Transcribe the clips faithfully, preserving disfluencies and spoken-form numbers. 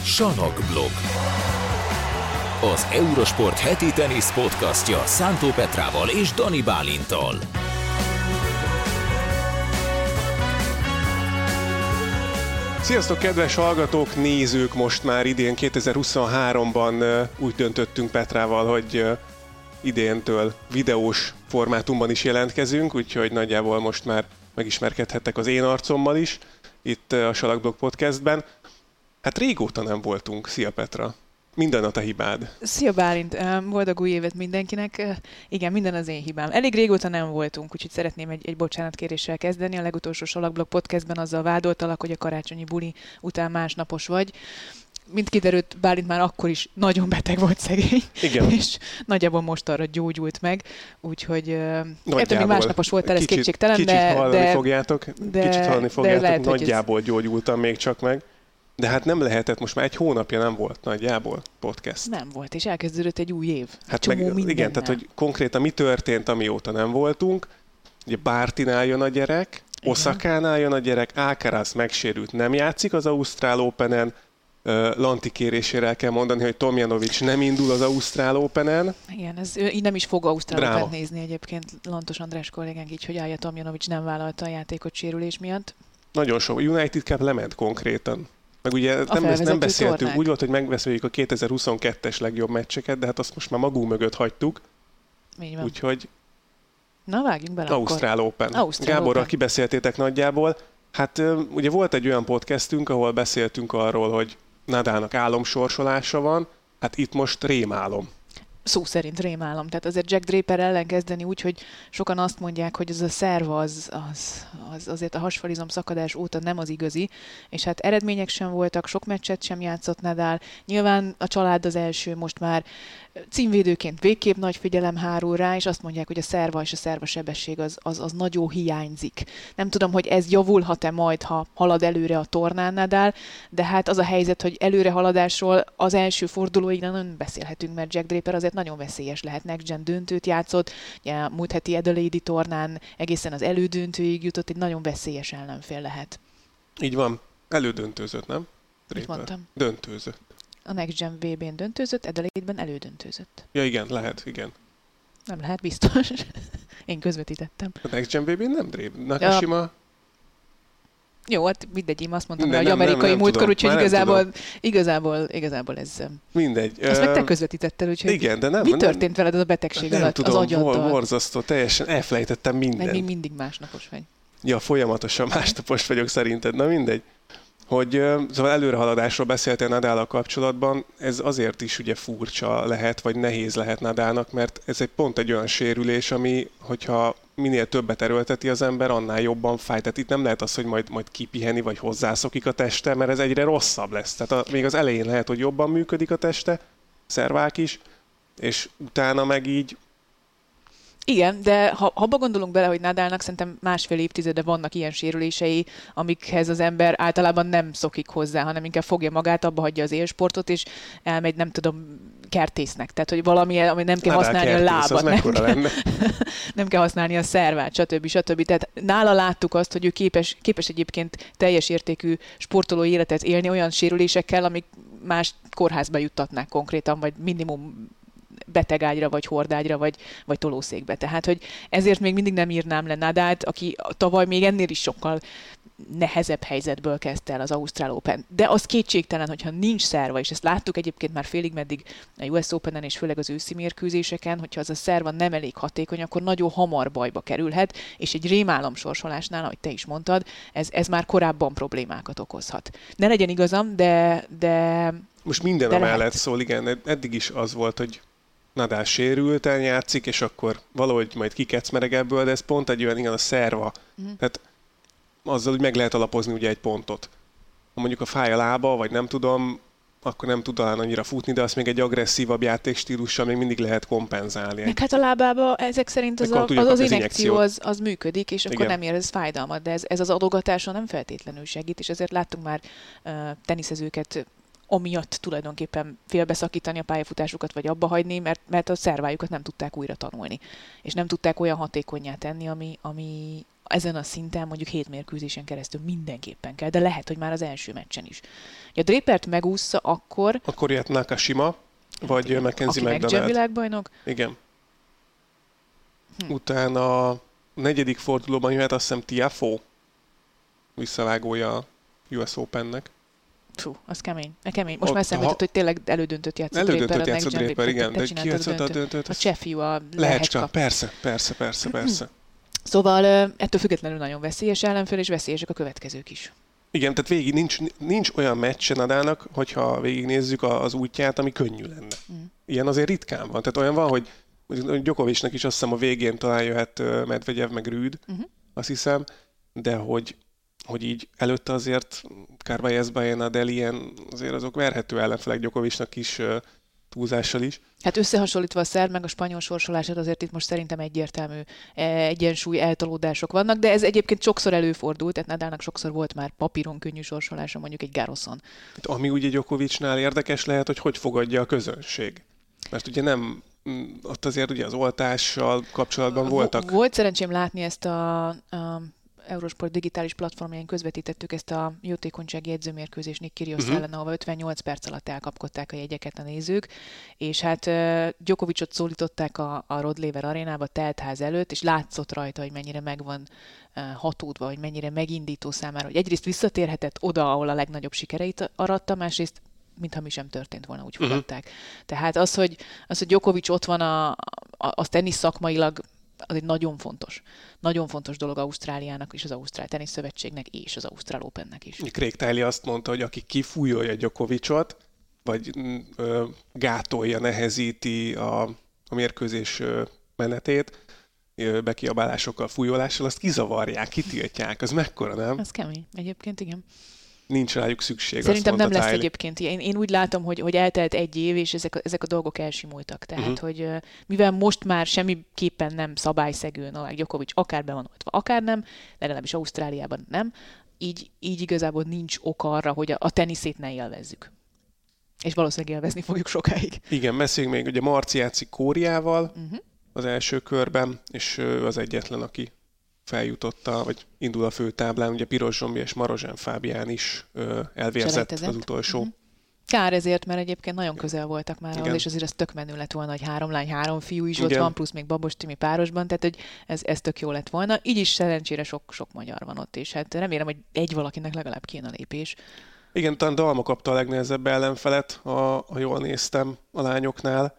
Salakblog. Az Eurosport heti tenisz podcastja Szántó Petrával és Dani Bálinttal. Sziasztok, kedves hallgatók, nézők! Most már idén kétezer-huszonháromban úgy döntöttünk Petrával, hogy idéntől videós formátumban is jelentkezünk, úgyhogy nagyjából most már megismerkedhettek az én arcommal is itt a Salakblog podcastben. Hát régóta nem voltunk. Szia Petra! Minden a te hibád. Szia Bálint! Boldog új évet mindenkinek. Igen, minden az én hibám. Elég régóta nem voltunk, úgyhogy szeretném egy, egy bocsánatkéréssel kezdeni. A legutolsó Salakblog podcastben azzal vádoltalak, hogy a karácsonyi buli után másnapos vagy. Mint kiderült, Bálint már akkor is nagyon beteg volt szegény. Igen. És nagyjából most arra gyógyult meg. Ettől még másnapos voltál, ez kétségtelen. Kicsit de, hallani de, fogjátok, de, kicsit hallani fogjátok, lehet, nagyjából ez... gyógyultam még csak meg. De hát nem lehetett, most már egy hónapja nem volt nagyjából podcast. Nem volt, és elkezdődött egy új év. Hát meg, igen, tehát hogy konkrétan mi történt, amióta nem voltunk. Ugye Bartinál jön a gyerek, Osakánál jön a gyerek, Alcaraz megsérült, nem játszik az Ausztrál Openen. Uh, Lanti kérésére el kell mondani, hogy Tomljanovic nem indul az Ausztrál Openen. Igen, ez, ő így nem is fog Ausztrál Opent nézni egyébként Lantos András kollégánk, így, hogy Alja Tomljanovic nem vállalta a játékot sérülés miatt. Nagyon sok. United Cup lement konkrétan. Meg ugye nem, nem beszéltünk, tornák. Úgy volt, hogy megbeszéljük a kétezer-huszonkettes legjobb meccseket, de hát azt most már magunk mögött hagytuk. Úgyhogy na vágjunk bele Ausztrál akkor. Open. Ausztrál Gáborral Open. Kibeszéltétek nagyjából. Hát ugye volt egy olyan podcastünk, ahol beszéltünk arról, hogy Nadalnak álomsorsolása van, hát itt most rémálom. Szó szerint rémálom. Tehát azért Jack Draper ellen kezdeni úgy, hogy sokan azt mondják, hogy ez a szerv az, az, az azért a hasfalizom szakadás óta nem az igazi, és hát eredmények sem voltak, sok meccset sem játszott Nadal. Nyilván a család az első, most már címvédőként végképp nagy figyelem hárul rá, és azt mondják, hogy a szerva és a szerva sebesség az, az, az nagyon hiányzik. Nem tudom, hogy ez javulhat-e majd, ha halad előre a tornán Nadal, de hát az a helyzet, hogy előre haladásról az első fordulóig nem beszélhetünk, mert Jack Draper azért nagyon veszélyes lehet. Next Gen döntőt játszott, ugye múlt heti Adelaide tornán egészen az elődöntőig jutott, egy nagyon veszélyes ellenfél lehet. Így van. Elődöntőzött, nem? Draper. Mit mondtam? Döntőzött. A Next Gen vé bén döntőzött, Adelaide-ben elődöntőzött. Ja igen, lehet, igen. Nem lehet, biztos. Én közvetítettem. A Next Gen vé bén nem Draper. Nakashima... Ja. Jó, hát mindegy, én azt mondtam, Minden, hogy nem, amerikai nem, nem múltkor, úgyhogy igazából, igazából, igazából ez... Mindegy. Ezt meg te közvetítetted, úgyhogy igen, de nem, mi nem, történt veled az a betegség nem alatt, tudom, az agyaddal? Borzasztó, teljesen elfelejtettem mindent. Meg még mindig másnapos vagy. Ja, folyamatosan másnapos vagyok szerinted, na mindegy. Hogy szóval előrehaladásról beszéltél Nadállal kapcsolatban, ez azért is ugye furcsa lehet, vagy nehéz lehet Nadalnak, mert ez egy pont egy olyan sérülés, ami, hogyha minél többet erőlteti az ember, annál jobban fáj. Tehát itt nem lehet az, hogy majd, majd kipiheni, vagy hozzászokik a teste, mert ez egyre rosszabb lesz. Tehát a, még az elején lehet, hogy jobban működik a teste, szervák is, és utána meg így... Igen, de ha abba gondolunk bele, hogy Nadalnak szerintem másfél évtizede vannak ilyen sérülései, amikhez az ember általában nem szokik hozzá, hanem inkább fogja magát, abba hagyja az élsportot, és elmegy, nem tudom, kertésznek. Tehát, hogy valami, ami nem kell Nadal használni kertész, a lábat. Nem, lenne. nem kell használni a szervát, stb. stb. Tehát nála láttuk azt, hogy ő képes, képes egyébként teljes értékű sportolói életet élni olyan sérülésekkel, amik más kórházba juttatnák konkrétan, vagy minimum betegágyra, vagy hordágyra, vagy, vagy tolószékbe. Tehát, hogy ezért még mindig nem írnám le Nadalt, aki tavaly még ennél is sokkal nehezebb helyzetből kezdte el az Ausztrál Open. De az kétségtelen, hogyha nincs szerva, és ezt láttuk egyébként már félig meddig a U S Openen, és főleg az őszi mérkőzéseken, hogyha az a szerva nem elég hatékony, akkor nagyon hamar bajba kerülhet, és egy rémálom sorsolásnál, ahogy te is mondtad, ez, ez már korábban problémákat okozhat. Ne legyen igazam, de... de most minden de amellett lehet. szól, igen, eddig is az volt, hogy Nadal sérülten játszik, és akkor valahogy majd kikecmereg ebből, de ez pont egy olyan, igen, a szerva. Mm. Tehát azzal, hogy meg lehet alapozni ugye egy pontot. Ha mondjuk a fáj a lába, vagy nem tudom, akkor nem tud talán annyira futni, de azt még egy agresszívabb játékstílussal még mindig lehet kompenzálni. Meg hát a lábába ezek szerint az a, az, az injekció az, az működik, és akkor igen. Nem érez fájdalmat, de ez, ez az adogatáson nem feltétlenül segít, és ezért láttunk már uh, teniszezőket amiatt tulajdonképpen félbeszakítani a pályafutásukat, vagy abba hagyni, mert, mert a szervájukat nem tudták újra tanulni. És nem tudták olyan hatékonnyá tenni, ami, ami, ezen a szinten mondjuk hét mérkőzésen keresztül mindenképpen kell, de lehet, hogy már az első meccsen is. Ha Drapert megúszza, akkor... Akkor jöhet Nakashima, vagy igen, Mackenzie aki McDonald. Aki világbajnok. Igen. Hm. Utána a negyedik fordulóban jöhet azt hiszem Tiafoe, visszavágója a U S Opennek. Fú, az kemény. Ne kemény. Most Ott, már eszembe jutott, hogy tényleg elődöntött játszott Draper. Elődöntött játszott Draper, igen. De ki játszott a döntőt? A cseh fiú, a Lehecska. Persze, persze, persze, persze. Szóval ettől függetlenül nagyon veszélyes ellenfél, és veszélyesek a következők is. Igen, tehát végig nincs, nincs olyan meccse Nadalnak, hogyha végignézzük az útját, ami könnyű lenne. Mm. Ilyen azért ritkán van. Tehát olyan van, hogy Djokovicnak is azt hiszem a végén talán jöhet Medvegyev meg Rüd, uh-huh. azt hiszem, de hogy, hogy így előtte azért Carvalhez, Nadal ilyen, azért azok verhető ellenfelek Djokovicnak is túlzással is. Hát összehasonlítva a szerb meg a spanyol sorsolását azért itt most szerintem egyértelmű egyensúly eltolódások vannak, de ez egyébként sokszor előfordult, tehát Nadalnak sokszor volt már papíron könnyű sorsolása, mondjuk egy Garroson. Ami ugye Djokovicnál érdekes lehet, hogy hogy fogadja a közönség. Mert ugye nem, ott azért ugye az oltással kapcsolatban voltak. Volt szerencsém látni ezt a, a Eurosport digitális platformján közvetítettük ezt a jótékonysági edzőmérkőzés Nick Kyrgios uh-huh. ellen, ahol ötvennyolc perc alatt elkapkodták a jegyeket a nézők, és hát uh, Djokovicot szólították a, a Rod Laver arénába teltház előtt, és látszott rajta, hogy mennyire meg van uh, hatódva, hogy mennyire megindító számára, hogy egyrészt visszatérhetett oda, ahol a legnagyobb sikereit aratta, másrészt mintha mi sem történt volna, úgy fogadták. Uh-huh. Tehát az, hogy, az, hogy Djokovic ott van a, a, a tenisz szakmailag, az egy nagyon fontos. Nagyon fontos dolog Ausztráliának és az Ausztrál Tenisz Szövetségnek és az Ausztrál Opennek is. Craig Tiley azt mondta, hogy aki kifújolja Djokovicot, vagy ö, gátolja, nehezíti a, a mérkőzés ö, menetét, ö, bekiabálásokkal, fújolással, azt kizavarják, kitiltják. Az mekkora, nem? Ez kemény. Egyébként igen. Nincs rájuk szükség. Szerintem nem lesz egyébként. Én, én úgy látom, hogy, hogy eltelt egy év, és ezek a, ezek a dolgok elsimultak. Tehát, uh-huh. hogy mivel most már semmiképpen nem szabályszegő Novák Djokovic, akár be van oltva, akár nem, de legalábbis Ausztráliában nem, így, így igazából nincs ok arra, hogy a, a teniszét ne élvezzük. És valószínűleg élvezni fogjuk sokáig. Igen, beszéljünk még, ugye Marci játszik Kóriával uh-huh. az első körben, és ő az egyetlen, aki feljutotta, vagy indul a főtáblán, ugye Piros Zsombi és Marozsán Fábián is ö, elvérzett az utolsó. Uh-huh. Kár ezért, mert egyébként nagyon közel voltak már ahhoz, és azért az tök menő lett volna, hogy három lány, három fiú is igen. ott van, plusz még Babos Timi párosban, tehát hogy ez, ez tök jó lett volna. Így is szerencsére sok, sok magyar van ott, és hát remélem, hogy egy valakinek legalább kéne a lépés. Igen, talán Dalma kapta a legnehezebb ellenfelet, ha, ha jól néztem a lányoknál,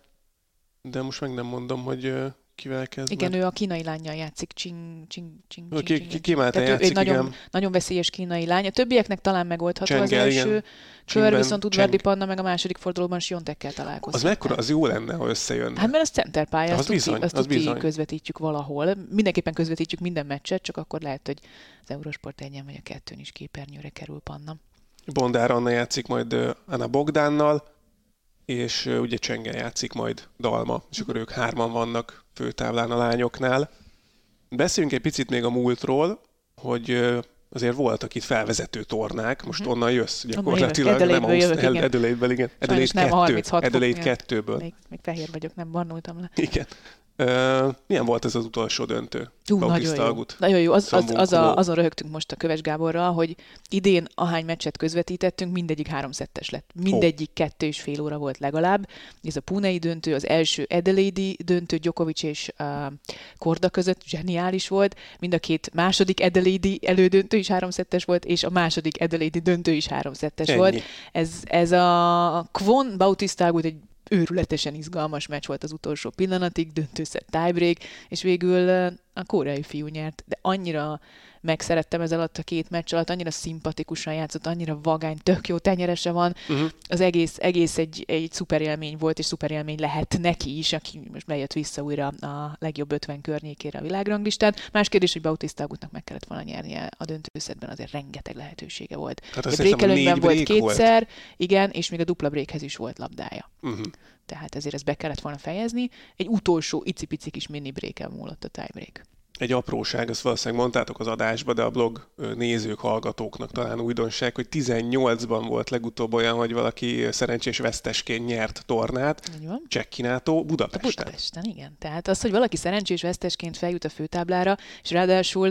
de most meg nem mondom, hogy kivel kezd. Igen, ő a kínai lánnyal játszik, Csing, Csing, Csing, Csing, Csing, Csing. Kiemelten játszik, ő nagyon, igen. Nagyon veszélyes kínai lány. A többieknek talán megoldható Csengel, az első igen. kör, viszont Udvardi Panna meg a második fordulóban Siontekkel találkozott. Az mekkora, az jó lenne, ha összejönne. Hát mert az centerpálya, azt bizony, azt az bizony. közvetítjük valahol. Mindenképpen közvetítjük minden meccset, csak akkor lehet, hogy az Eurosport egyen vagy a kettőn is képernyőre kerül Panna. Bondár Anna játszik majd Anna Bogdánnal, és uh, ugye Csengel játszik majd Dalma, és akkor ők hárman vannak főtáblán a lányoknál. Beszéljünk egy picit még a múltról, hogy uh, azért voltak itt felvezető tornák, most uh-huh. onnan jössz, gyakorlatilag nem Ausztrál, Adelaide-ből, igen. Adelaide kettőből. Még, még fehér vagyok, nem barnultam le. Igen. Uh, milyen volt ez az utolsó döntő? Ú, nagyon jó. Nagyon jó. Az, az, az a, azon röhögtünk most a Köves Gáborral, hogy idén ahány meccset közvetítettünk, mindegyik háromszettes lett. Mindegyik oh. kettő és fél óra volt legalább. Ez a punei döntő, az első Adelaide döntő Djokovic és uh, Korda között zseniális volt. Mind a két második Adelaide elődöntő is háromszettes volt, és a második Adelaide döntő is háromszettes Ennyi. volt. Ez, ez a Kwon Bautista Agut egy őrületesen izgalmas meccs volt az utolsó pillanatig, döntőszer tiebreak, és végül a koreai fiú nyert, de annyira megszerettem ez alatt a két meccs alatt, annyira szimpatikusan játszott, annyira vagány, tök jó tenyerese van, uh-huh. az egész, egész egy, egy szuper élmény volt, és szuper élmény lehet neki is, aki most bejött vissza újra a legjobb ötven környékére a világranglistán. Más kérdés, hogy Bautista Agutnak meg kellett volna nyernie a döntőszetben, azért rengeteg lehetősége volt. Hát a breakelőnyben volt kétszer, volt. Igen, és még a dupla breakhez is volt labdája. Uh-huh. Tehát ezért ezt be kellett volna fejezni. Egy utolsó icipici kis mini breaken múlott a tiebreak. Egy apróság, ezt valószínűleg mondtátok az adásba, de a blog nézők, hallgatóknak talán újdonság, hogy tizennyolcban volt legutóbb olyan, hogy valaki szerencsés vesztesként nyert tornát, Csekkinátó Budapesten. Budapesten, igen. Tehát az, hogy valaki szerencsés vesztesként feljut a főtáblára, és ráadásul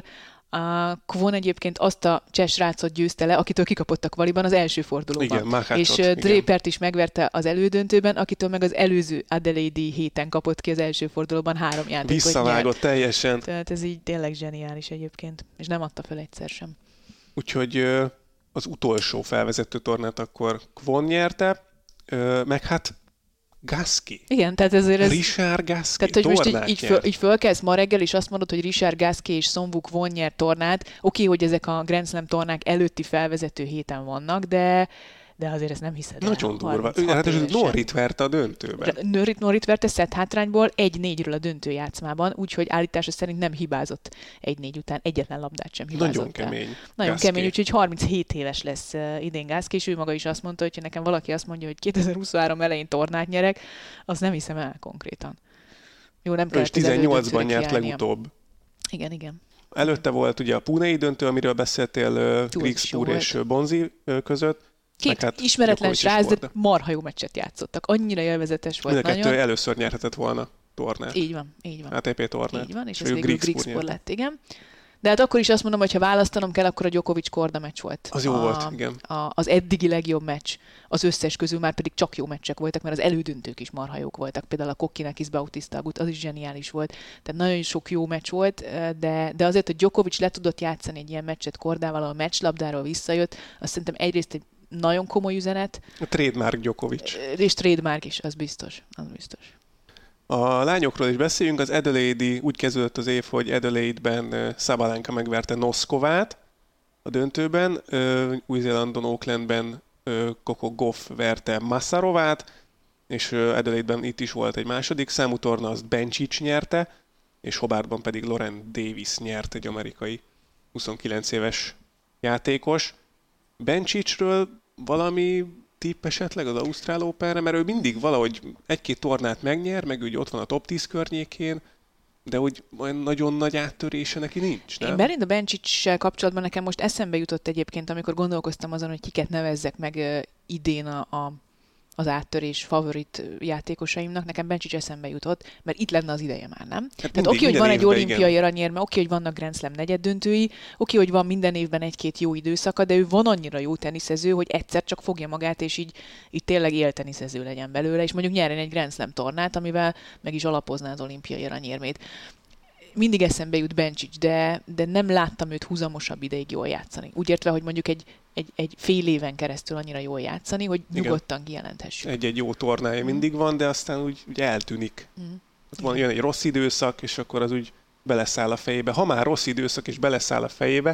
A Kwon egyébként azt a cseh srácot győzte le, akitől kikapott a kvaliban az első fordulóban. Igen, Mahácsot, és igen. Drapert is megverte az elődöntőben, akitől meg az előző Adelaide héten kapott ki az első fordulóban három játékot. Visszavágott nyert. Teljesen. Tehát ez így tényleg zseniális egyébként, és nem adta fel egyszer sem. Úgyhogy az utolsó felvezető tornát akkor Kwon nyerte, meg hát Gasquet. Igen, tehát ezért ez... Richard Gasquet tehát, hogy most így, így, föl, nyert. így fölkelsz ma reggel, és azt mondod, hogy Richard Gasquet és Son Wook Kwon nyert tornát. Oké, hogy ezek a Grand Slam tornák előtti felvezető héten vannak, de de azért ezt nem hiszed. Nagyon durva. Hát ez Norrit verte a döntőben. Norrit, Norrit verte szett hátrányból egy négyről a döntő játszmában, úgyhogy állítása szerint nem hibázott egy négy után, egyetlen labdát sem hibázott. Nagyon kemény. Nagyon Gasquet. kemény, úgyhogy harminchét éves lesz idén Gasquet, és ő maga is azt mondta, hogy ha nekem valaki azt mondja, hogy kétezer-huszonhárom elején tornát nyerek, azt nem hiszem el konkrétan. Jó, nem kellett tizennyolcban nyert legutóbb. Igen, igen. Előtte volt ugye a punei döntő, amiről beszéltél Grigspur és Bonzi között. Két hát ismeretlen srác, de marha jó meccset játszottak. Annyira élvezetes volt. Mind a kettő nagyon. először nyerhetett volna tornát. Így van, így van. á té pé tornát. Így van, és, és ez végül Grigspur lett, igen. De hát akkor is azt mondom, hogy ha választanom kell, akkor a Djokovic-Korda meccs volt. Az jó a, volt, igen. A, az eddigi legjobb meccs, az összes közül már pedig csak jó meccsek voltak, mert az elődöntők is marha jók voltak. Például a Kokkinakis Bautista Agut, az is zseniális volt. Tehát nagyon sok jó meccs volt, de, de azért, hogy Djokovic le tudott játszani egy ilyen meccset Kordával, a meccslabdáról visszajött, azt szerintem egyrészt egy nagyon komoly üzenet. A trademark Djokovic. És trademark is, az biztos. Az biztos. A lányokról is beszéljünk. Az Adelaide úgy kezdődött az év, hogy Adelaide-ben Sabalenka megverte Noszkovát a döntőben, Új-Zélandon, Aucklandben Coco Gauff verte Massarovát, és Adelaide-ben itt is volt egy második számú torna, azt Bencic nyerte, és Hobartban pedig Lauren Davis nyert, egy amerikai huszonkilenc éves játékos. Bencicről valami tipp esetleg az Ausztrál Openre, mert ő mindig valahogy egy-két tornát megnyer, meg úgy ott van a top tíz környékén, de úgy olyan nagyon nagy áttörése neki nincs, nem? Én Belinda Bencic-sel kapcsolatban nekem most eszembe jutott egyébként, amikor gondolkoztam azon, hogy kiket nevezzek meg uh, idén a, a, az áttörés favorit játékosaimnak, nekem Bencic eszembe jutott, mert itt lenne az ideje már, nem? Hát Tehát oké, hogy van egy olimpiai igen. aranyérme, oké, hogy vannak Grand Slam negyeddöntői, oké, hogy van minden évben egy-két jó időszaka, de ő van annyira jó teniszező, hogy egyszer csak fogja magát, és így, így tényleg élteniszező legyen belőle, és mondjuk nyerjen egy Grand Slam tornát, amivel meg is alapozná az olimpiai aranyérmét. Mindig eszembe jut Bencic, de, de nem láttam őt húzamosabb ideig jól játszani. Úgy értve, hogy mondjuk egy, egy, egy fél éven keresztül annyira jól játszani, hogy nyugodtan kijelenthessük. Egy-egy jó tornája mm. mindig van, de aztán úgy, úgy eltűnik. Mm. Ott van, jön egy rossz időszak, és akkor az úgy beleszáll a fejébe. Ha már rossz időszak, és beleszáll a fejébe,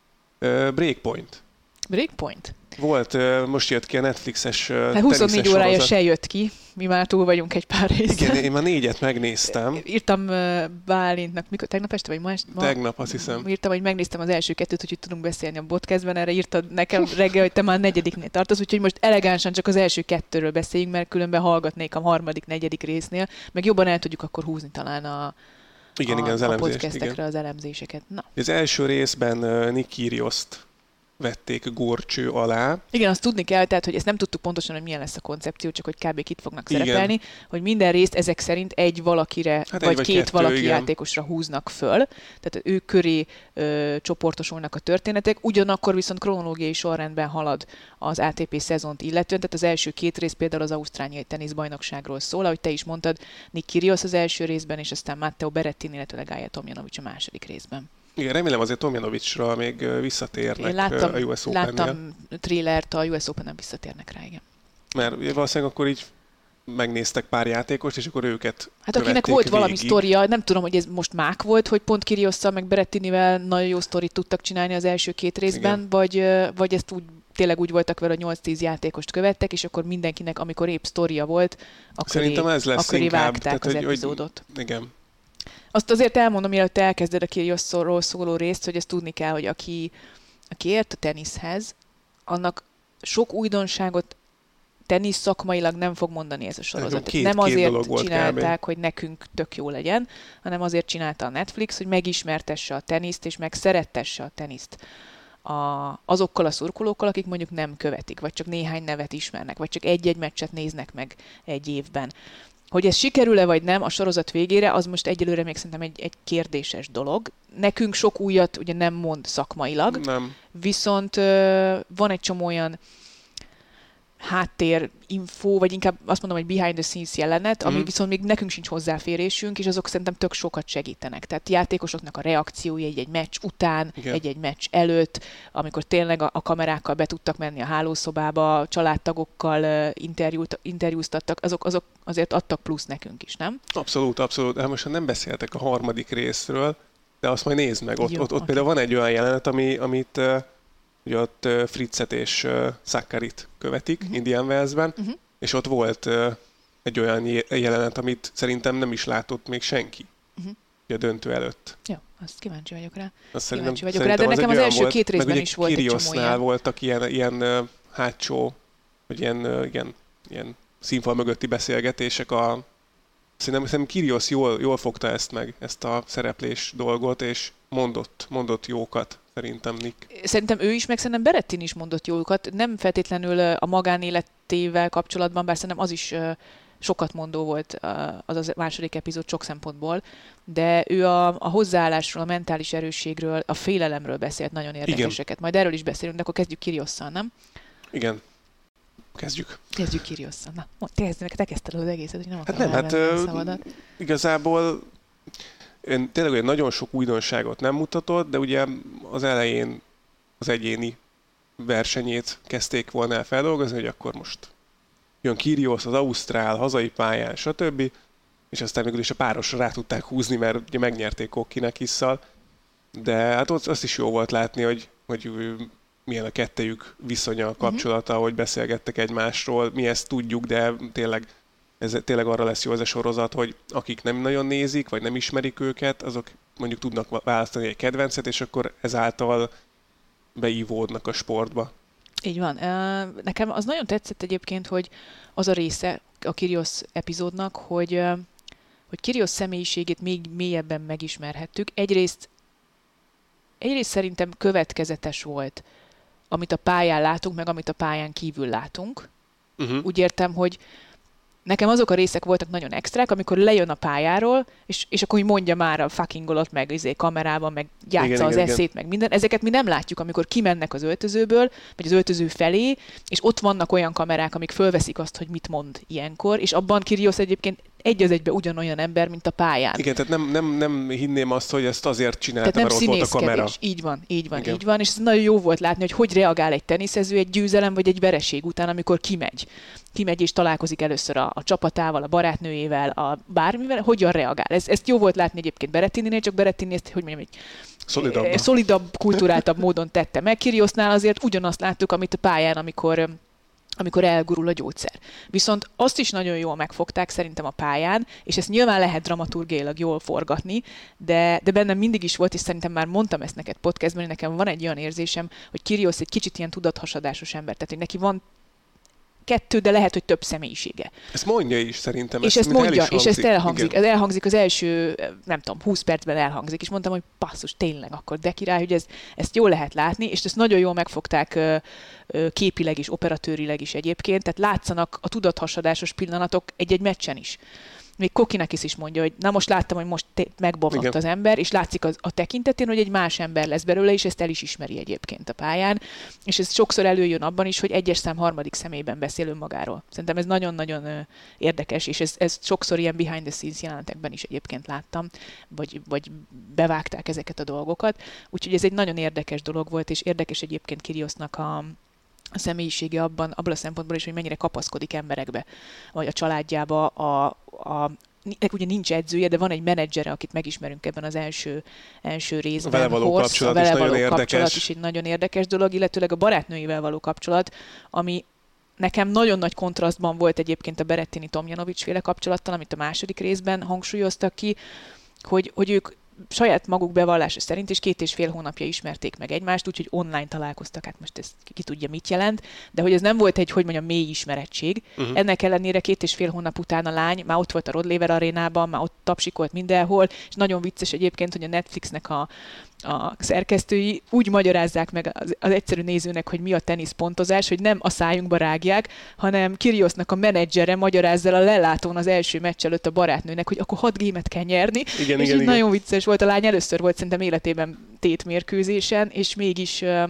uh, breakpoint. Breakpoint? Volt, uh, most jött ki a Netflixes uh, hát huszonnégy órája se jött ki, mi már túl vagyunk egy pár részen. Igen, én már négyet megnéztem. Írtam uh, Bálintnak, mikor, tegnap este, vagy ma este? Ma, tegnap, azt hiszem. Írtam, hogy megnéztem az első kettőt, hogy tudunk beszélni a podcastben, erre írtad nekem reggel, hogy te már negyediknél tartasz, úgyhogy most elegánsan csak az első kettőről beszéljünk, mert különben hallgatnék a harmadik, negyedik résznél, meg jobban el tudjuk akkor húzni talán a igen, a, igen, az a elemzést, podcastekre igen. az elemzéseket. Na. Az első részben uh, Nick Kyrgioszt vették górcső alá. Igen, azt tudni kell, tehát, hogy ezt nem tudtuk pontosan, hogy milyen lesz a koncepció, csak hogy kb. Kit fognak igen. szerepelni, hogy minden részt ezek szerint egy valakire, hát vagy, egy vagy két kettő, valaki igen. játékosra húznak föl, tehát ő köré ö, csoportosulnak a történetek, ugyanakkor viszont kronológiai sorrendben halad az á té pé szezont illetően, tehát az első két rész például az ausztráliai teniszbajnokságról szól, ahogy te is mondtad, Nick Kyrgios az első részben, és aztán Matteo Berrettini, illetve Gaia Tomljanovic a második részben. Igen, remélem azért Tomljanovicsra még visszatérnek. Én láttam, a U S Open-nél. láttam trailert, a U S Open-en visszatérnek rá, igen. Mert valószínűleg akkor így megnéztek pár játékost, és akkor őket hát akinek volt végig. Valami sztoria, nem tudom, hogy ez most mák volt, hogy pont Kyrgiosszal meg Berrettinivel nagyon jó sztorit tudtak csinálni az első két részben, vagy, vagy ezt úgy tényleg úgy voltak vele, hogy nyolc-tíz játékost követtek, és akkor mindenkinek, amikor épp sztoria volt, akkor épp vágták tehát, az hogy, epizódot. Hogy, igen. Azt azért elmondom, mielőtt elkezded a Kyrgiosról szóló részt, hogy ezt tudni kell, hogy aki, aki ért a teniszhez, annak sok újdonságot tenisz szakmailag nem fog mondani ez a sorozat. Két, nem azért két csinálták, hogy nekünk tök jó legyen, hanem azért csinálta a Netflix, hogy megismertesse a teniszt, és megszerettesse a teniszt a, azokkal a szurkolókkal, akik mondjuk nem követik, vagy csak néhány nevet ismernek, vagy csak egy-egy meccset néznek meg egy évben. Hogy ez sikerül-e vagy nem a sorozat végére, az most egyelőre még szerintem egy, egy kérdéses dolog. Nekünk sok újat ugye nem mond szakmailag, nem. Viszont uh, van egy csomó olyan háttér info, vagy inkább azt mondom, hogy behind the scenes jelenet, ami mm. viszont még nekünk sincs hozzáférésünk, és azok szerintem tök sokat segítenek. Tehát játékosoknak a reakciói egy-egy meccs után, igen. egy-egy meccs előtt, amikor tényleg a, a kamerákkal be tudtak menni a hálószobába, családtagokkal uh, interjút, interjúztattak, azok, azok azért adtak plusz nekünk is, nem? Abszolút, abszolút. Hát most nem beszéltek a harmadik részről, de azt majd nézd meg. Ott, Jó, ott, ott okay. például van egy olyan jelenet, ami, amit uh, ugye ott uh, Fritzet és uh, Saccharit követik uh-huh. Indian Wellsben, uh-huh. és ott volt uh, egy olyan jelenet, amit szerintem nem is látott még senki uh-huh. a döntő előtt. Jó, azt kíváncsi vagyok rá. Azt kíváncsi vagyok rá, de nekem az első volt, két részben is volt egy csomó ilyen. Voltak ilyen, ilyen uh, hátsó, vagy ilyen, uh, ilyen, ilyen színfal mögötti beszélgetések. A, szerintem, szerintem Kyrgios jól, jól fogta ezt meg, ezt a szereplés dolgot, és mondott, mondott jókat. Szerintem Nick. Szerintem ő is, meg szerintem Berrettini is mondott jókat. Nem feltétlenül a magánéletével kapcsolatban, bár szerintem az is sokat mondó volt az a második epizód sok szempontból, de ő a, a hozzáállásról, a mentális erősségről, a félelemről beszélt nagyon érdekeseket. Igen. Majd erről is beszélünk, de akkor kezdjük Kyrgiosszal, nem? Igen. Kezdjük. Kezdjük Kyrgiosszal. Na, kezd meg, te kezdted az egészet, hogy nem hát nem, hát a szavadat. Igazából ön tényleg olyan nagyon sok újdonságot nem mutatott, de ugye az elején az egyéni versenyét kezdték volna el feldolgozni, hogy akkor most jön Kyrgios az ausztrál, hazai pályán, stb. És aztán végül is a párosra rá tudták húzni, mert ugye megnyerték Kokkinekisszal. De hát ott azt is jó volt látni, hogy, hogy milyen a kettejük viszonya, kapcsolata, uh-huh. hogy beszélgettek egymásról. Mi ezt tudjuk, de tényleg ez tényleg arra lesz jó ez a sorozat, hogy akik nem nagyon nézik, vagy nem ismerik őket, azok mondjuk tudnak választani egy kedvencet, és akkor ezáltal beívódnak a sportba. Így van. Nekem az nagyon tetszett egyébként, hogy az a része a Kyrgios epizódnak, hogy, hogy Kyrgios személyiségét még mélyebben megismerhettük. Egyrészt, egyrészt szerintem következetes volt, amit a pályán látunk, meg amit a pályán kívül látunk. Uh-huh. Úgy értem, hogy nekem azok a részek voltak nagyon extrák, amikor lejön a pályáról, és, és akkor mondja már a fucking golot, meg izé, kamerában, meg játsza igen, az igen, eszét, igen. meg minden. Ezeket mi nem látjuk, amikor kimennek az öltözőből, vagy az öltöző felé, és ott vannak olyan kamerák, amik fölveszik azt, hogy mit mond ilyenkor, és abban Kyrgios egyébként egy az egybe ugyanolyan ember, mint a pályán. Igen, tehát nem, nem, nem hinném azt, hogy ezt azért csinálta, mert ott volt a kamera. Így van, így van, igen. így van, és ez nagyon jó volt látni, hogy hogy reagál egy teniszező egy győzelem vagy egy vereség után, amikor kimegy. Kimegy és találkozik először a, a csapatával, a barátnőjével, a bármivel, hogyan reagál. Ez, ezt jó volt látni egyébként Berrettininél, csak Berrettini ezt, hogy mondjam, egy szolidabb, szolidabb kulturáltabb módon tette meg. Kyrgiosnál azért ugyanazt láttuk, amit a pályán, amikor amikor elgurul a gyógyszer. Viszont azt is nagyon jól megfogták szerintem a pályán, és ezt nyilván lehet dramaturgiailag jól forgatni, de, de bennem mindig is volt, és szerintem már mondtam ezt neked podcastban, hogy nekem van egy olyan érzésem, hogy Kyrgios egy kicsit ilyen tudathasadásos ember, tehát hogy neki van kettő, de lehet, hogy több személyisége. Ezt mondja is szerintem. És ezt, ezt mondja, és ezt elhangzik. Ez elhangzik az első, nem tudom, húsz percben elhangzik, és mondtam, hogy basszus, tényleg akkor de király, hogy ez, ezt jól lehet látni, és ezt nagyon jól megfogták ö, ö, képileg is, operatőrileg is egyébként, tehát látszanak a tudathasadásos pillanatok egy-egy meccsen is. Még Kokkinekis is mondja, hogy na most láttam, hogy most megbomlott az ember, és látszik az, a tekintetén, hogy egy más ember lesz belőle, és ezt el is ismeri egyébként a pályán. És ez sokszor előjön abban is, hogy egyes szám harmadik személyben beszél önmagáról. Szerintem ez nagyon-nagyon érdekes, és ez, ez sokszor ilyen behind the scenes jelenetekben is egyébként láttam, vagy, vagy bevágták ezeket a dolgokat. Úgyhogy ez egy nagyon érdekes dolog volt, és érdekes egyébként Kyrgiosnak a a személyisége abban, abban a szempontból is, hogy mennyire kapaszkodik emberekbe, vagy a családjába, a, a ugye nincs edzője, de van egy menedzsere, akit megismerünk ebben az első, első részben. A vele való Horst, kapcsolat, a vele is, való nagyon kapcsolat is egy nagyon érdekes dolog, illetőleg a barátnőivel való kapcsolat, ami nekem nagyon nagy kontrasztban volt egyébként a Berrettini-Tomljanovics féle kapcsolattal, amit a második részben hangsúlyoztak ki, hogy, hogy ők saját maguk bevallása szerint, és két és fél hónapja ismerték meg egymást, úgyhogy online találkoztak, hát most ez ki tudja mit jelent, de hogy ez nem volt egy, hogy mondjam, mély ismerettség. Uh-huh. Ennek ellenére két és fél hónap után a lány már ott volt a Rod Laver arénában, már ott tapsikolt mindenhol, és nagyon vicces egyébként, hogy a Netflixnek a, a szerkesztői úgy magyarázzák meg az, az egyszerű nézőnek, hogy mi a teniszpontozás, hogy nem a szájunkba rágják, hanem Kyrgiosnak a menedzsere magyarázza a lelátón az első meccs előtt a barátnőnek, hogy akkor hat gémet kell nyerni. Igen, és igen, így igen. nagyon vicces volt. A lány először volt szerintem életében tétmérkőzésen, és mégis, uh,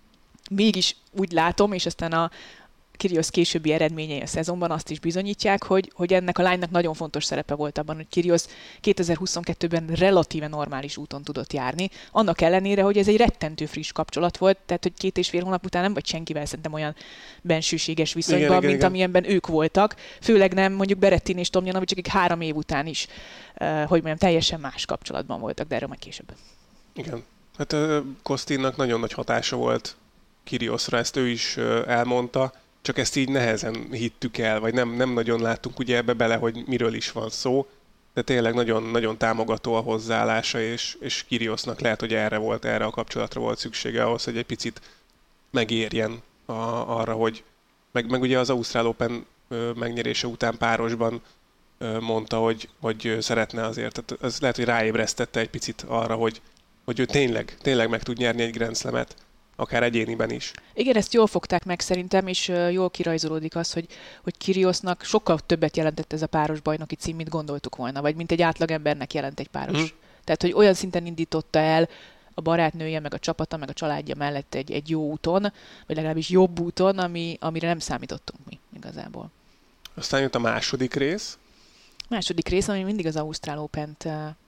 mégis úgy látom, és aztán a Kyrgios későbbi eredményei a szezonban azt is bizonyítják, hogy, hogy ennek a lánynak nagyon fontos szerepe volt abban, hogy Kyrgios kétezer-huszonkettőben relatíve normális úton tudott járni, annak ellenére, hogy ez egy rettentő friss kapcsolat volt, tehát hogy két és fél hónap után nem vagy senkivel szerintem olyan bensőséges viszonyban, igen, mint igen, amilyenben ők voltak, főleg nem mondjuk Berrettini és Tomljanovic, akik három év után is, uh, hogy mondjam, teljesen más kapcsolatban voltak, de erről majd később. Igen. Hát uh, Kostinnak nagyon nagy hatása volt Kyrgiosra, ezt ő is uh, elmondta, csak ezt így nehezen hittük el, vagy nem, nem nagyon láttunk ugye ebbe bele, hogy miről is van szó, de tényleg nagyon, nagyon támogató a hozzáállása, és, és Kyrgiosnak lehet, hogy erre volt, erre a kapcsolatra volt szüksége ahhoz, hogy egy picit megérjen a, arra, hogy meg, meg ugye az Ausztrál Open ö, megnyerése után párosban ö, mondta, hogy, hogy szeretne azért, tehát ez lehet, hogy ráébresztette egy picit arra, hogy, hogy ő tényleg, tényleg meg tud nyerni egy Grand Slamet, akár egyéniben is. Igen, ezt jól fogták meg szerintem, és jól kirajzolódik az, hogy, hogy Kyrgiosnak sokkal többet jelentett ez a páros bajnoki cím, mint gondoltuk volna, vagy mint egy átlagembernek jelent egy páros. Mm. Tehát, hogy olyan szinten indította el a barátnője, meg a csapata, meg a családja mellett egy, egy jó úton, vagy legalábbis jobb úton, ami, amire nem számítottunk mi igazából. Aztán jött a második rész. Második rész, ami mindig az Ausztrál Opent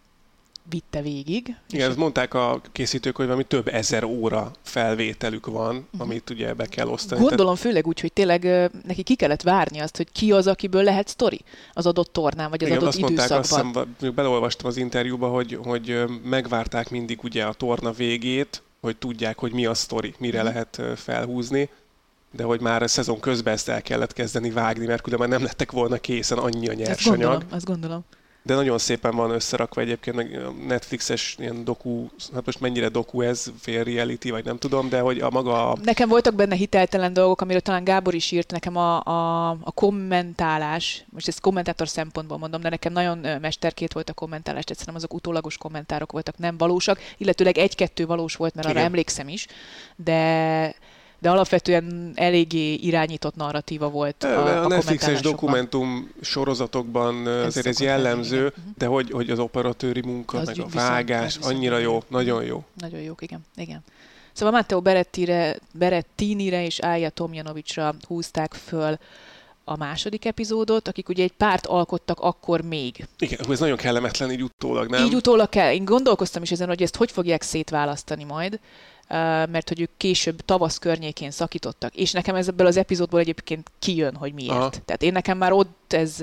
vitte végig. Igen, ezt mondták a készítők, hogy valami több ezer óra felvételük van, uh-huh. amit ugye be kell osztani. Gondolom főleg úgy, hogy tényleg uh, neki ki kellett várni azt, hogy ki az, akiből lehet sztori az adott tornán, vagy az igen, adott azt mondták, időszakban. azt hiszem, beleolvastam az interjúba, hogy, hogy megvárták mindig ugye a torna végét, hogy tudják, hogy mi a sztori, mire uh-huh. lehet felhúzni, de hogy már a szezon közben ezt el kellett kezdeni vágni, mert különben nem lettek volna készen annyi a nyersanyag. Azt gondolom, azt gondolom. De nagyon szépen van összerakva egyébként, meg Netflixes ilyen doku, hát most mennyire doku ez, fél reality, vagy nem tudom, de hogy a maga... A... Nekem voltak benne hiteltelen dolgok, amiről talán Gábor is írt, nekem a, a, a kommentálás, most ezt kommentátor szempontból mondom, de nekem nagyon mesterkét volt a kommentálás, egyszerűen azok utólagos kommentárok voltak, nem valósak, illetőleg egy-kettő valós volt, mert arra igen. emlékszem is, de... de alapvetően eléggé irányított narratíva volt a, a, a Netflixes dokumentum sorozatokban ez azért ez jellemző, lenni, de hogy, hogy az operatőri munka, az meg a vágás, annyira jó, nagyon jó. Nagyon jók, igen. igen. Szóval Matteo Berrettire, Berrettinire és Ajla Tomljanovicra húzták föl a második epizódot, akik ugye egy párt alkottak akkor még. Igen, ez nagyon kellemetlen így utólag, nem? Így utólag kell. Én gondolkoztam is ezen, hogy ezt hogy fogják szétválasztani majd, mert hogy ők később tavasz környékén szakítottak, és nekem ez ebből az epizódból egyébként kijön, hogy miért. Aha. Tehát én nekem már ott ez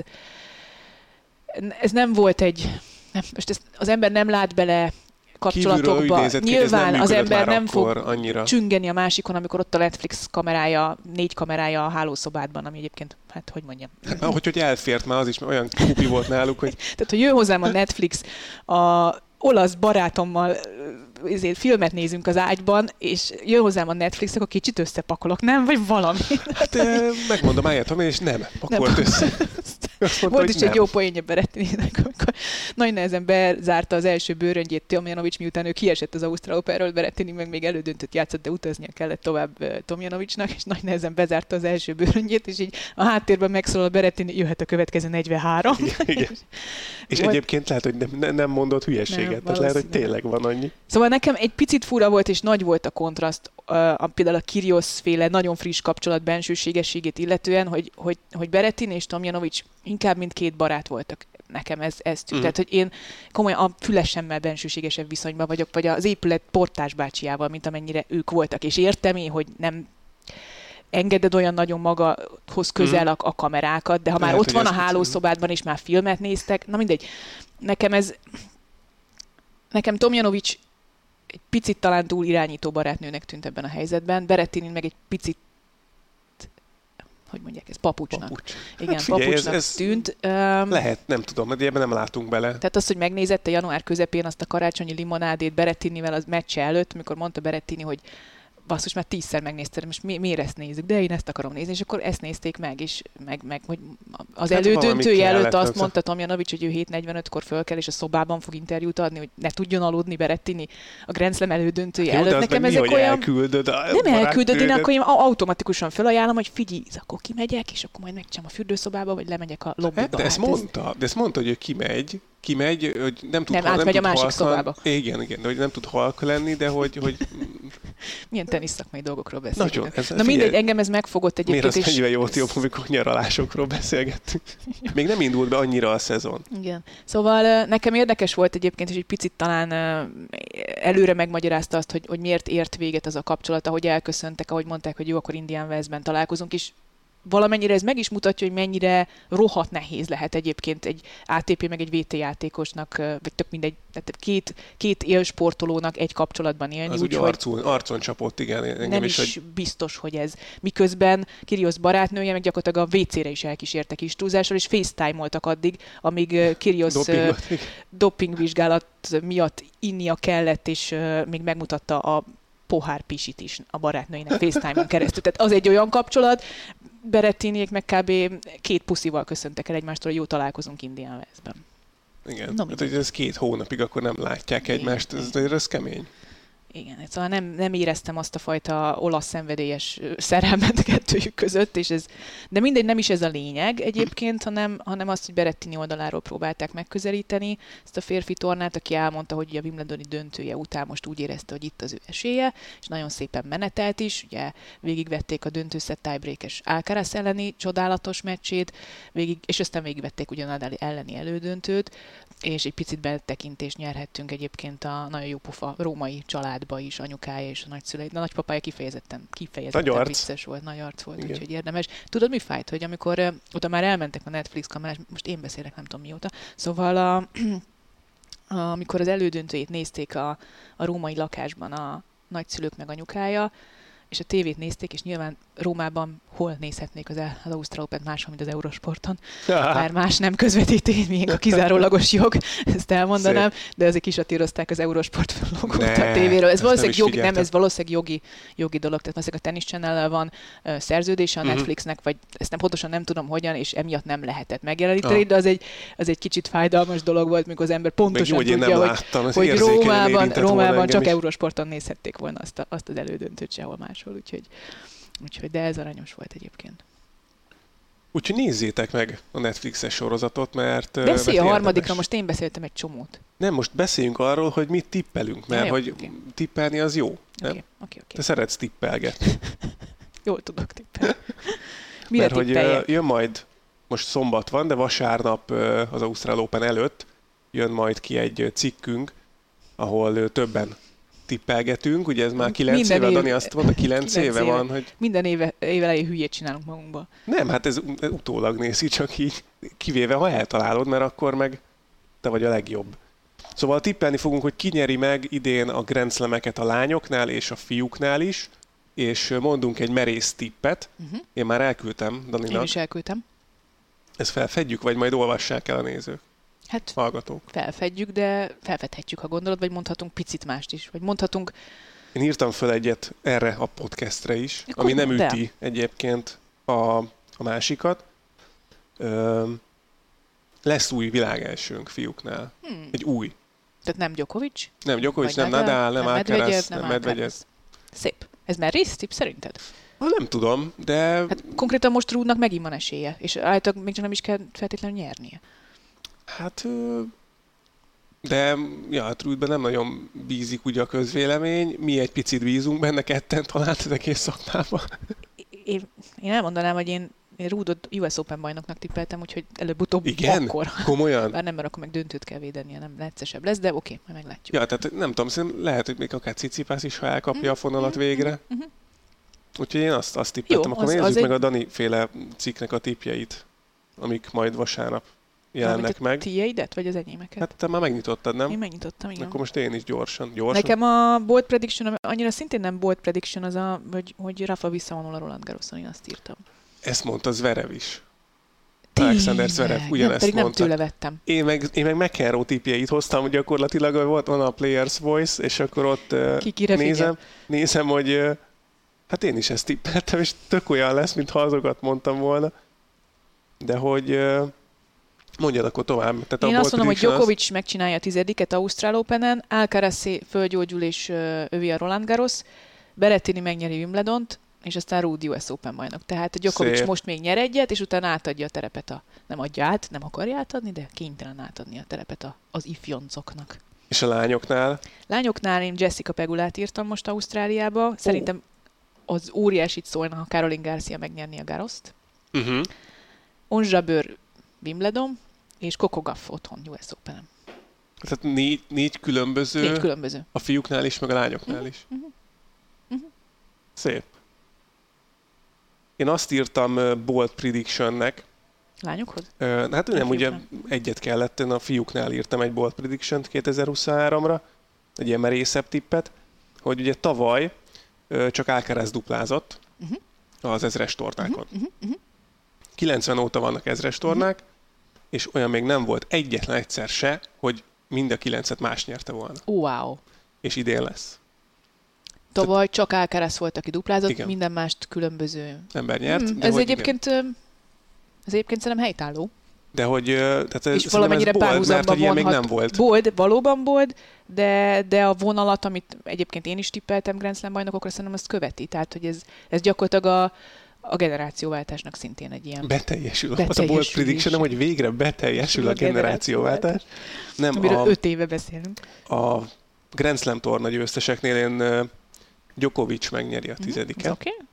ez nem volt egy nem, most ezt az ember nem lát bele kapcsolatokba. Nyilván az ember nem fog annyira csüngeni a másikon, amikor ott a Netflix kamerája, négy kamerája a hálószobádban, ami egyébként, hát hogy mondjam. Hát, hogy, hogy elfért már az is, mert olyan kupi volt náluk, hogy... Tehát, hogy jön hozzám a Netflix, a olasz barátommal ezért filmet nézünk az ágyban, és jön hozzám a Netflix, akkor kicsit összepakolok, nem? Vagy valami. Hát megmondom, álljátom, és nem pakolt nem. össze. Mondta, volt is nem. Egy jó poénja Berrettininek, amikor nagy nehezen bezárta az első bőröngyét Tomljanovic, miután ő kiesett az Ausztrál Openről, Berrettini meg még elődöntött játszott, de utaznia kellett tovább Tomljanovicnak, és nagy nehezen bezárta az első bőröngyét, és így a háttérben megszólal Berrettini, jöhet a következő negyvenhárom. Igen, igen. És volt... egyébként lehet, hogy nem, nem mondott hülyeséget, nem, tehát lehet, hogy tényleg van annyi. Szóval nekem egy picit fura volt, és nagy volt a kontraszt, a, a, például a Kyrgios-féle nagyon friss kapcsolat bensőségességét illetően, hogy, hogy, hogy Berrettini és Tomljanovic inkább mint két barát voltak. Nekem ez, ez tűnt. Mm. Tehát, hogy én komolyan a fülesemmel bensőségesebb viszonyban vagyok, vagy az épület portás bácsiával, mint amennyire ők voltak. És értem én, hogy nem engeded olyan nagyon magahoz közel mm. a, a kamerákat, de ha már lehet, ott van a hálószobádban, és már filmet néztek, na mindegy. Nekem ez... Nekem Tomljanovic egy picit talán túl irányító barátnőnek tűnt ebben a helyzetben, Berrettini meg egy picit, hogy mondják, ez papucsnak. Papucs. Igen, hát figyelj, papucsnak ez, ez tűnt. Lehet, nem tudom, mert ebben nem látunk bele. Tehát az, hogy megnézette január közepén azt a karácsonyi limonádét Berrettinivel az meccse előtt, amikor mondta Berrettini, hogy basszus, már tízszer megnéztem, most mi, miért ezt nézzük, de én ezt akarom nézni, és akkor ezt nézték meg, és meg, meg hogy az hát elődöntője előtt azt mondta Tomjanovic, hogy ő hét negyvenötkor föl kell, és a szobában fog interjút adni, hogy ne tudjon aludni Berettini a Grand Slam elődöntője jó, előtt. Nekem ezek olyan... Elküldöd, nem elküldöd, én akkor én automatikusan felajánlom, hogy figyelj, akkor kimegyek, és akkor majd megcsinálom a fürdőszobába, vagy lemegyek a lobbyba. Hát, de ezt hát mondta, ez... de ezt mondta, hogy ő kimegy, kimegy, hogy nem tud nem, hal, átmegy nem a tud másik halkan, szobába. Igen, igen, de hogy nem tud halk lenni, de hogy... hogy... Milyen teniszszakmai dolgokról beszélünk. Nagyon, ez, Na mindegy, figyelj, engem ez megfogott egyébként. Miért az és... mennyivel jót jobb, amikor nyaralásokról beszélgettünk. Még nem indult be annyira a szezon. Igen. Szóval nekem érdekes volt egyébként, és egy picit talán előre megmagyarázta azt, hogy, hogy miért ért véget az a kapcsolat, ahogy elköszöntek, ahogy mondták, hogy jó, akkor Indian Wellsben találkozunk, és valamennyire ez meg is mutatja, hogy mennyire rohadt nehéz lehet egyébként egy á té pé meg egy vé té játékosnak, vagy tök mindegy, tehát két, két élsportolónak egy kapcsolatban élni. Az úgy arcon, arcon csapott, igen. Engem nem is, is hogy... biztos, hogy ez. Miközben Kyrgios barátnője meg gyakorlatilag a vé cére is elkísértek is túlzással, és FaceTime-oltak addig, amíg Kyrgios dopingvizsgálat miatt innia kellett, és még megmutatta a pohár pisit is a barátnőinek FaceTime-on keresztül. Tehát az egy olyan kapcsolat, Berettiniék meg kb. Két puszival köszöntek el egymástól, hogy jó, találkozunk Indian Wellsben. Igen, no, hát hogy ez két hónapig akkor nem látják egymást, ez, ez kemény. Igen, szóval nem, nem éreztem azt a fajta olasz szenvedélyes szerelmet kettőjük között, és ez, de mindegy, nem is ez a lényeg egyébként, hanem, hanem azt, hogy Berettini oldaláról próbálták megközelíteni ezt a férfi tornát, aki elmondta, hogy a Wimbledoni döntője után most úgy érezte, hogy itt az ő esélye, és nagyon szépen menetelt is, ugye végigvették a döntőszett tiebreakes Alcaraz elleni csodálatos meccsét, végig, és aztán végigvették ugyan Nadal elleni elődöntőt, és egy picit betekintést nyerhettünk egyébként a nagyon jó pufa római családba is, anyukája és a nagyszülei. A nagypapája kifejezetten, kifejezetten nagy vicces volt, nagy arc volt, úgyhogy érdemes. Tudod, mi fájt, hogy amikor uh, oda már elmentek a Netflix kamerás, most én beszélek, nem tudom mióta, szóval a, a, amikor az elődöntőjét nézték a, a római lakásban a nagyszülők meg anyukája, és a tévét nézték, és nyilván Rómában hol nézhetnék az, az Ausztrál Open máshol, mint az Eurosporton. Már más nem közvetítés, még a kizárólagos jog, ezt elmondanám, szép. De azért kisatírozták az Eurosport logót a tévéről. Ez valószínűleg jogi, nem, ez valószínűleg jogi, jogi dolog, tehát valószínűleg a Tennis Channel-lel van uh, szerződése a uh-huh. Netflixnek, vagy ezt nem pontosan nem tudom hogyan, és emiatt nem lehetett megjeleníteni, ah. de az egy, az egy kicsit fájdalmas dolog volt, mikor az ember pontosan jó, tudja, hogy, láttam, hogy Rómában, Rómában csak Eurosporton nézhették volna azt, a, azt az elődöntőt sehol máshol, úgyhogy Úgyhogy, de ez aranyos volt egyébként. Úgyhogy nézzétek meg a Netflixes sorozatot, mert... Beszélj a harmadikra, most én beszéltem egy csomót. Nem, most beszéljünk arról, hogy mit tippelünk, mert ja, jó, hogy okay. tippelni az jó. Nem? Okay, okay, okay. Te szeretsz tippelgetni. Jól tudok tippelni. Mire mert hogy jön majd, most szombat van, de vasárnap az Ausztrál Open előtt jön majd ki egy cikkünk, ahol többen tippelgetünk, ugye ez már kilenc éve, év... Dani azt mondta, kilenc éve, éve van, hogy... Minden éve, éve elején hülyét csinálunk magunkba. Nem, hát ez utólag nézi, csak így kivéve, ha eltalálod, mert akkor meg te vagy a legjobb. Szóval tippelni fogunk, hogy ki nyeri meg idén a Grand Slameket a lányoknál és a fiúknál is, és mondunk egy merész tippet. Uh-huh. Én már elküldtem Daninak. Én is elküldtem. Ezt felfedjük, vagy majd olvassák el a nézők? Hát hallgatók. Felfedjük, de felfedhetjük, ha gondolod, vagy mondhatunk picit mást is, vagy mondhatunk... Én írtam föl egyet erre a podcastre is, Akkor ami nem de. üti egyébként a, a másikat. Ö, lesz új világelsőnk fiúknál. Hmm. Egy új. Tehát nem Djokovic? Nem Djokovic, nem Nadal, nem Alcaraz, nem Medvegyev. Szép. Ez már résztipp szerinted? Ha, nem tudom, de... Hát konkrétan most Rúdnak megint van esélye, és általában még nem is kell feltétlenül nyernie. Hát, de ja, hát Rúdban nem nagyon bízik ugye a közvélemény, mi egy picit bízunk benne ketten talán az egész szakmában. Én, én elmondanám, hogy én, én Rúdot U S Open bajnoknak tippeltem, úgyhogy előbb-utóbb Igen? akkor. Komolyan? Bár nem, mert akkor meg döntőt kell védenie, nem lehetszesebb lesz, de oké, majd meglátjuk. Ja, tehát nem tudom, szerintem lehet, hogy még akár Cicipász is, ha elkapja mm-hmm. a fonalat végre. Mm-hmm. Úgyhogy én azt, azt tippeltem, Jó, akkor az, nézzük az meg egy... a Dani féle cikknek a tippjeit, amik majd vasárnap jelennek meg. A tiéidet, vagy az enyémeket? Hát te már megnyitottad, nem? Én megnyitottam, igen. Akkor most én is gyorsan, gyorsan. Nekem a bold prediction, annyira szintén nem bold prediction az a, hogy, hogy Rafa visszavonul a Roland Garroson, én azt írtam. Ezt mondta Zverev is. Alexander Zverev ugyanezt pedig mondta. Nem tőle vettem. Én meg, én meg McEnroe tippjeit hoztam, gyakorlatilag volt van a Players Voice, és akkor ott uh, nézem, nézem, hogy uh, Hát én is ezt tippeltem, és tök olyan lesz, mintha azokat mondtam volna. De hogy mondjad akkor tovább. Tehát én a azt mondom, hogy Djokovic az... megcsinálja a tizediket Ausztrál Openen, Alcaraz fölgyógyul és övi a Roland Garros, Berrettini megnyeri Wimbledont, és aztán Ruud u es Open bajnok. Tehát Djokovic Szép. most még nyer egyet, és utána átadja a terepet a... Nem adja át, nem akarja átadni, de kénytelen átadni a terepet a, az ifjoncoknak. És a lányoknál? Lányoknál én Jessica Pegulát írtam most Ausztráliába. Szerintem az óriásit szólna, ha Caroline Garcia megnyerni a Garrost. Uh-huh. Ons Jabeur Wimbledon, és Coco Gauff otthon u es Open-en. Tehát négy, négy különböző? Négy különböző. A fiúknál is, meg a lányoknál uh-huh. is. Uh-huh. Uh-huh. Szép. Én azt írtam uh, bold predictionnek. Lányokhoz? Uh, hát nem, ugye egyet kellett, én a fiúknál írtam egy bold prediction-t kétezer-huszonháromra, egy ilyen merészebb tippet, hogy ugye tavaly uh, csak Alcaraz duplázott uh-huh. az ezres tornákon. Uh-huh. Uh-huh. kilencven óta vannak ezres tornák, uh-huh. és olyan még nem volt egyetlen egyszer se, hogy mind a kilencet más nyerte volna. Wow. És idén lesz. Tavaly csak Alcaraz volt, aki duplázott, igen. minden mást különböző ember nyert. Hmm, ez egyébként igen. Ez egyébként szerintem helytálló. De hogy... Tehát és valamennyire párhuzamban vonhat. Még nem volt. Bold, valóban bold, de, de a vonalat, amit egyébként én is tippeltem Grand Slam bajnokokra, szerintem azt követi. Tehát, hogy ez, ez gyakorlatilag a, a generációváltásnak szintén egy ilyen... Beteljesül. Az a bold prediction, nem, hogy végre beteljesül a, a generációváltás. Nem, amiről a, öt éve beszélünk. A Grand Slam torna győzteseknél én Djokovic megnyeri a tizediket. Oké. Okay.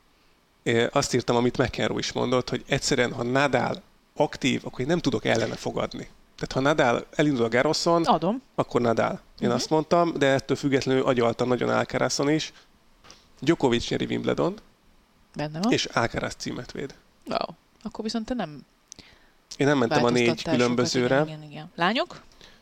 Azt írtam, amit McEnroe is mondott, hogy egyszerűen, ha Nadal aktív, akkor én nem tudok ellene fogadni. Tehát ha Nadal elindul a Garroson, adom. Akkor Nadal. Én uh-huh. azt mondtam, de ettől függetlenül agyaltam nagyon Alcarazon is. Djokovic nyeri Wimbledon, és Alcaraz címet véd. Wow. Akkor viszont te nem Én nem mentem a négy különbözőre. Igen, igen, igen. Lányok?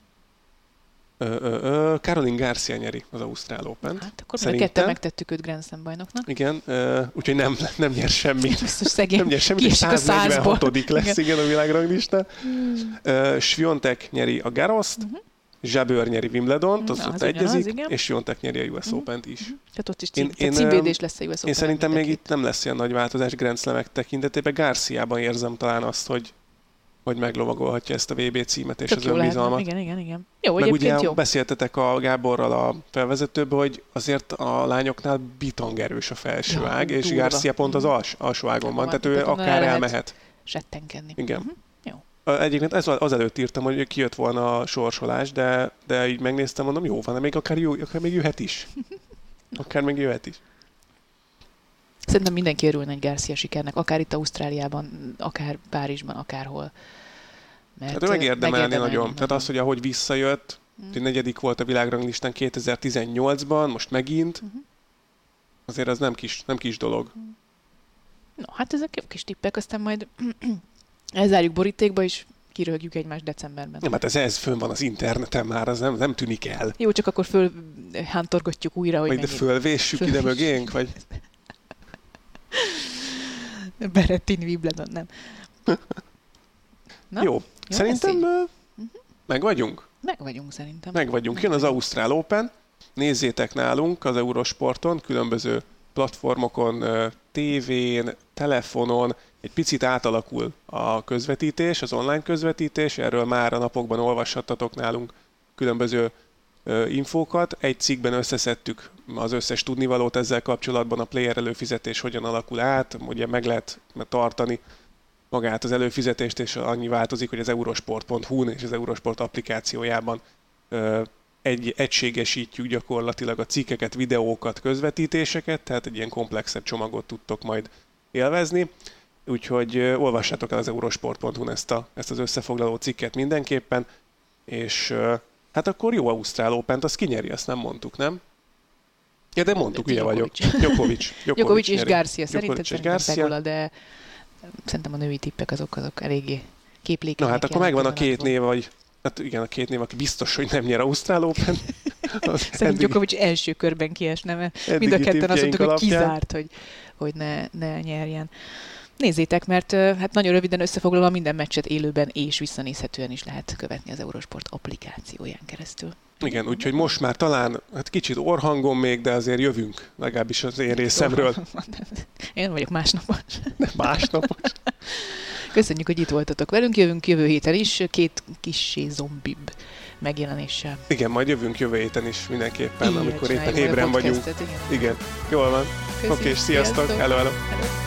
Ö, ö, ö, Caroline Garcia nyeri az Ausztrál Open. Hát akkor mind a ketten megtettük őt Grand Slam bajnoknak. Igen, ö, úgyhogy nem, nem nyer semmit. Biztos szegény. Nem nyer semmit, száznegyvenhatodik lesz igen, igen a világranglistán. Hmm. Uh, Swiatek nyeri a Garrost, uh-huh. Jabeur nyeri Wimbledont, az, az ott egyezik, az, és Swiatek nyeri a u es uh-huh. Opent is. Uh-huh. Tehát ott is cím, én, címvédés lesz a u es Open. Én szerintem még itt nem lesz ilyen nagy változás Grand Slamek tekintetében. Garciában érzem talán azt, hogy hogy meglovagolhatja ezt a vé bé címet és tök az önbizalmat. Igen, igen, igen. Jó, meg ugye jó. beszéltetek a Gáborral a felvezetőben, hogy azért a lányoknál bitongerős a felső ja, ág, és Garcia pont az als, alsó ágon van, van, tehát ő akár elmehet. Settenkedni. Igen. Uh-huh. Jó. Egyébként ez az előtt írtam, hogy kijött volna a sorsolás, de, de így megnéztem, mondom, jó van, de még akár, jó, akár még jöhet is. Akár még jöhet is. Szerintem mindenki örülne egy Garcia sikernek, akár itt Ausztráliában, akár Párizsban, akárhol. Mert hát ő megérdemelni nagyon. nagyon. Tehát az, hogy ahogy visszajött, mm. negyedik volt a világranglistán kétezer-tizennyolcban, most megint, mm-hmm. azért az nem kis, nem kis dolog. No, hát ezek jó kis tippek, aztán majd elzárjuk borítékba, és kiröhögjük egymást decemberben. Nem, hát ez, ez fönn van az interneten már, az nem, nem tűnik el. Jó, csak akkor fölhántorgatjuk újra, hogy vagy de fölvéssük ide mögénk, vagy... Berrettini Wimbledon, nem. Na, jó. jó, szerintem uh-huh. meg vagyunk? Meg vagyunk szerintem. Meg vagyunk. Jön az Ausztrál Open, nézzétek nálunk az Eurosporton, különböző platformokon, tévén, telefonon, egy picit átalakul a közvetítés, az online közvetítés, erről már a napokban olvashattatok nálunk különböző infókat. Egy cikkben összeszedtük az összes tudnivalót ezzel kapcsolatban, a player előfizetés hogyan alakul át, ugye meg lehet tartani magát az előfizetést, és annyi változik, hogy az eurosport pont hu-n és az Eurosport applikációjában egy, egységesítjük gyakorlatilag a cikkeket, videókat, közvetítéseket, tehát egy ilyen komplexebb csomagot tudtok majd élvezni. Úgyhogy olvassátok el az eurosport pont hu-n ezt, a, ezt az összefoglaló cikket mindenképpen, és hát akkor jó Ausztrál Opent, azt kinyeri, azt nem mondtuk, nem? Ja, de mondtuk, ugye vagyok. Djokovic. Djokovic és Garcia. Szerinted szerintem Pegula, de szerintem a női tippek azok, azok eléggé képlékenyek. Na hát akkor megvan a két név, vagy hát igen, a két név, aki biztos, hogy nem nyer Ausztrál Open. Szerintem Djokovic első körben kiesne, mert mind a ketten azt mondtuk, hogy kizárt, hogy, hogy ne, ne nyerjen. Nézzétek, mert hát nagyon röviden összefoglalva minden meccset élőben és visszanézhetően is lehet követni az Eurosport applikációján keresztül. Igen, úgyhogy most már talán hát kicsit orhangon még, de azért jövünk, legalábbis az én részemről. Én vagyok másnapos. Másnapos. Köszönjük, hogy itt voltatok velünk, jövünk jövő héten is, két kissé zombibb megjelenéssel. Igen, majd jövünk jövő héten is mindenképpen, Igen, amikor éppen csináljuk ébren vagyunk. Igen. Igen, jól van. Oké, okay, sziasztok, hello, hello. hello.